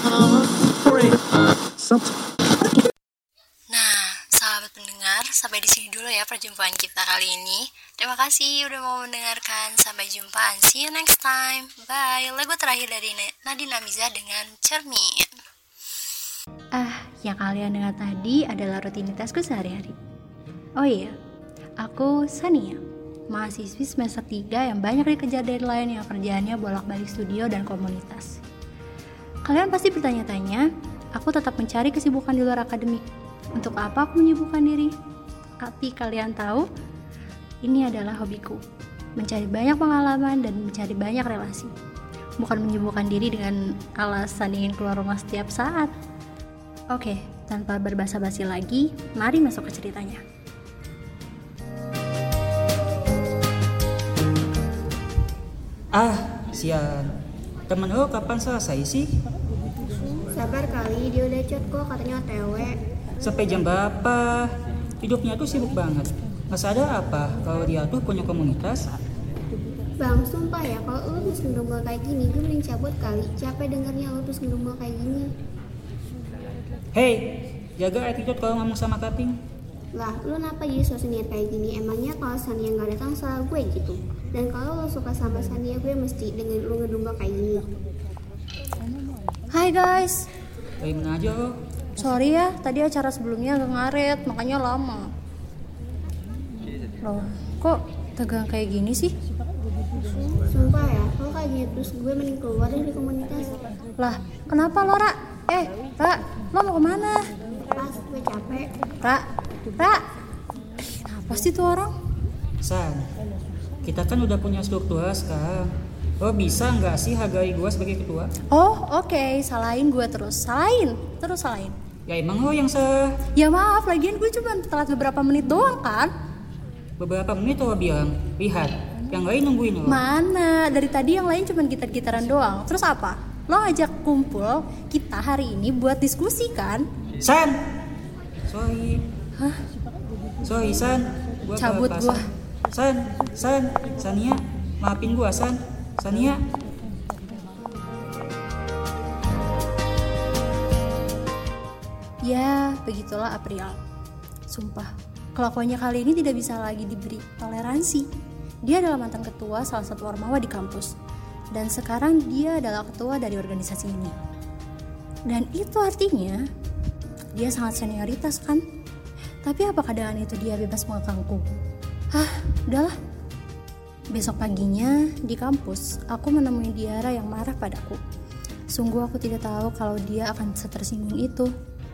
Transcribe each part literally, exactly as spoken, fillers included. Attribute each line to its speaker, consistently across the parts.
Speaker 1: Nah, sahabat pendengar, sampai di sini dulu ya perjumpaan kita kali ini. Terima kasih udah mau mendengarkan. Sampai jumpa and see you next time. Bye. Lagu terakhir dari Nadine Amiza dengan Cermin.
Speaker 2: Ah, yang kalian dengar tadi adalah rutinitasku sehari-hari. Oh iya, aku Sania, mahasiswi semester tiga yang banyak dikejar deadline yang kerjaannya bolak-balik studio dan komunitas. Kalian pasti bertanya-tanya, aku tetap mencari kesibukan di luar akademik. Untuk apa aku menyibukkan diri? Tapi kalian tahu, ini adalah hobiku. Mencari banyak pengalaman dan mencari banyak relasi. Bukan menyibukkan diri dengan alasan ingin keluar rumah setiap saat. Oke, tanpa berbasa-basi lagi, mari masuk ke ceritanya.
Speaker 3: Ah, sian. Temen lo kapan selesai sih?
Speaker 4: Sabar kali, dia udah chat kok, katanya O T W.
Speaker 3: Sampai jam berapa? Hidupnya tuh sibuk banget. Nggak sadar apa kalau dia tuh punya komunitas?
Speaker 4: Bang, sumpah ya, kalau lu terus ngedumel kayak gini, gue mending cabut kali. Capek dengernya lu terus ngedumel kayak gini.
Speaker 3: Hei, jaga attitude kalau ngomong sama Kating.
Speaker 4: Lah, lu kenapa jadi so senior kayak gini? Emangnya kalau Sania nggak datang salah gue gitu? Dan kalau lu suka sama Sania, gue mesti dengerin lu ngedumel kayak gini.
Speaker 2: Hai guys,
Speaker 3: Dari mana aja lo?
Speaker 2: sorry ya, tadi acara sebelumnya agak ngaret, makanya lama. Loh, kok tegang kayak gini sih?
Speaker 4: Sumpah ya, kalau kayak gini terus gue mending keluar dari komunitas.
Speaker 2: Lah, kenapa lo, Ra? Eh, Ra, lo mau kemana?
Speaker 4: Pas, gue capek.
Speaker 2: Ra, Ra, apa sih tuh orang?
Speaker 3: San, kita kan udah punya struktur sekarang. Lo bisa nggak sih hargai gue sebagai ketua?
Speaker 2: Oh, oke, okay. Salahin gue terus, salahin, terus salahin.
Speaker 3: Ya emang lo yang salah.
Speaker 2: Ya maaf, lagian gue cuma telat beberapa menit doang kan?
Speaker 3: Beberapa menit lo bilang, lihat, yang lain nungguin lo.
Speaker 2: Mana, dari tadi yang lain cuma gitar-gitaran doang. Terus apa? Lo ajak kumpul kita hari ini buat diskusi kan?
Speaker 3: San, sorry.
Speaker 2: Hah?
Speaker 3: Sorry San, gua
Speaker 2: Cabut
Speaker 3: kelepasan.
Speaker 2: gua.
Speaker 3: San, San, Sania, maafin gua San, Sania.
Speaker 2: Ya, begitulah April. Sumpah, kelakuannya kali ini tidak bisa lagi diberi toleransi. Dia adalah mantan ketua salah satu ormawa di kampus. Dan sekarang dia adalah ketua dari organisasi ini. Dan itu artinya dia sangat senioritas kan? Tapi apakah dengan itu dia bebas mengekangku? Hah, udahlah. Besok paginya di kampus, aku menemui Diara yang marah padaku. Sungguh aku tidak tahu kalau dia akan setersinggung itu.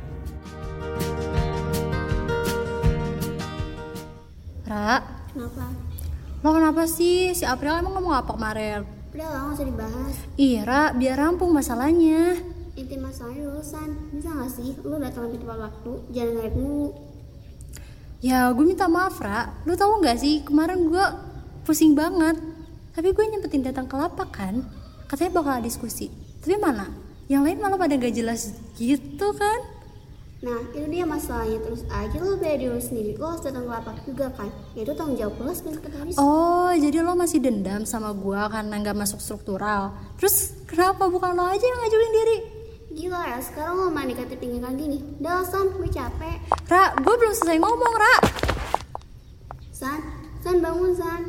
Speaker 2: Ra,
Speaker 4: Kenapa?
Speaker 2: lo kenapa sih? Si April emang ngomong apa kemarin?
Speaker 4: Udah lah, gak usah dibahas.
Speaker 2: Iya, Ra, biar rampung masalahnya.
Speaker 4: Inti masalahnya lulusan. Bisa gak sih lu datang lebih tepat waktu? Jangan ngerit mulu.
Speaker 2: Ya, gue minta maaf, Ra. Lu tahu gak sih, kemarin gue pusing banget. Tapi gue nyempetin datang ke lapak kan. Katanya bakal diskusi. Tapi mana? Yang lain malah pada gak jelas gitu kan.
Speaker 4: Nah, itu dia masalahnya. Terus aja lu bayar diri lu sendiri. Lu harus datang ke lapak juga kan. Ya itu tanggung jawab lu sebagai sekretaris.
Speaker 2: Oh, jadi lo masih dendam sama gue karena gak masuk struktural. Terus kenapa bukan lo aja yang ngajuin diri?
Speaker 4: Gila ya, sekarang lo main dikatain pinggiran gini. Udah San, gue capek.
Speaker 2: Ra, gue belum selesai ngomong, Ra.
Speaker 4: San, San bangun San.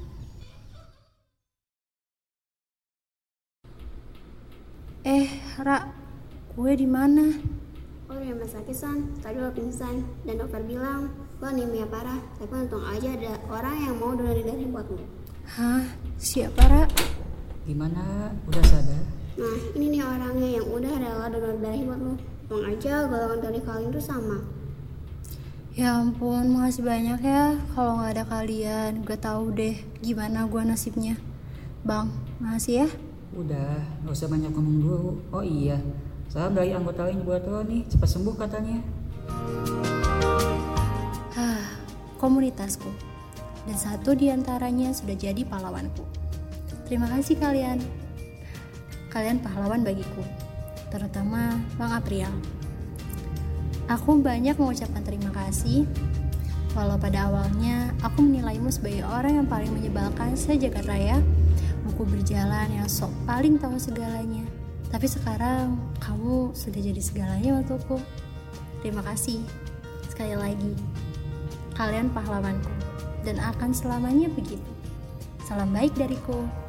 Speaker 2: Eh, Ra, gue di mana?
Speaker 4: Oh, di rumah sakit San. Tadi lo pingsan dan dokter bilang lo anemia parah. Tapi untung aja ada orang yang mau donorin darah buat lo.
Speaker 2: Hah? Siapa, Ra?
Speaker 3: Gimana? Udah sadar?
Speaker 4: Nah, ini nih orangnya yang udah rela donor darah buat lo. Untung aja golongan darah kalian tuh sama.
Speaker 2: Ya ampun, makasih banyak ya. Kalau nggak ada kalian, gue tahu deh gimana gue nasibnya. Bang, makasih ya.
Speaker 3: Udah, gak usah banyak ngomong dulu. Oh iya, salam dari anggota lain buat lo nih, cepat sembuh katanya.
Speaker 2: Hah, komunitasku. Dan satu diantaranya sudah jadi pahlawanku. Terima kasih kalian. Kalian pahlawan bagiku. Terutama Bang April. Aku banyak mengucapkan terima kasih. Walau pada awalnya aku menilaimu sebagai orang yang paling menyebalkan sejagat raya, buku berjalan yang sok paling tahu segalanya. Tapi sekarang kamu sudah jadi segalanya untukku. Terima kasih. Sekali lagi, kalian pahlawanku dan akan selamanya begitu. Salam baik dariku.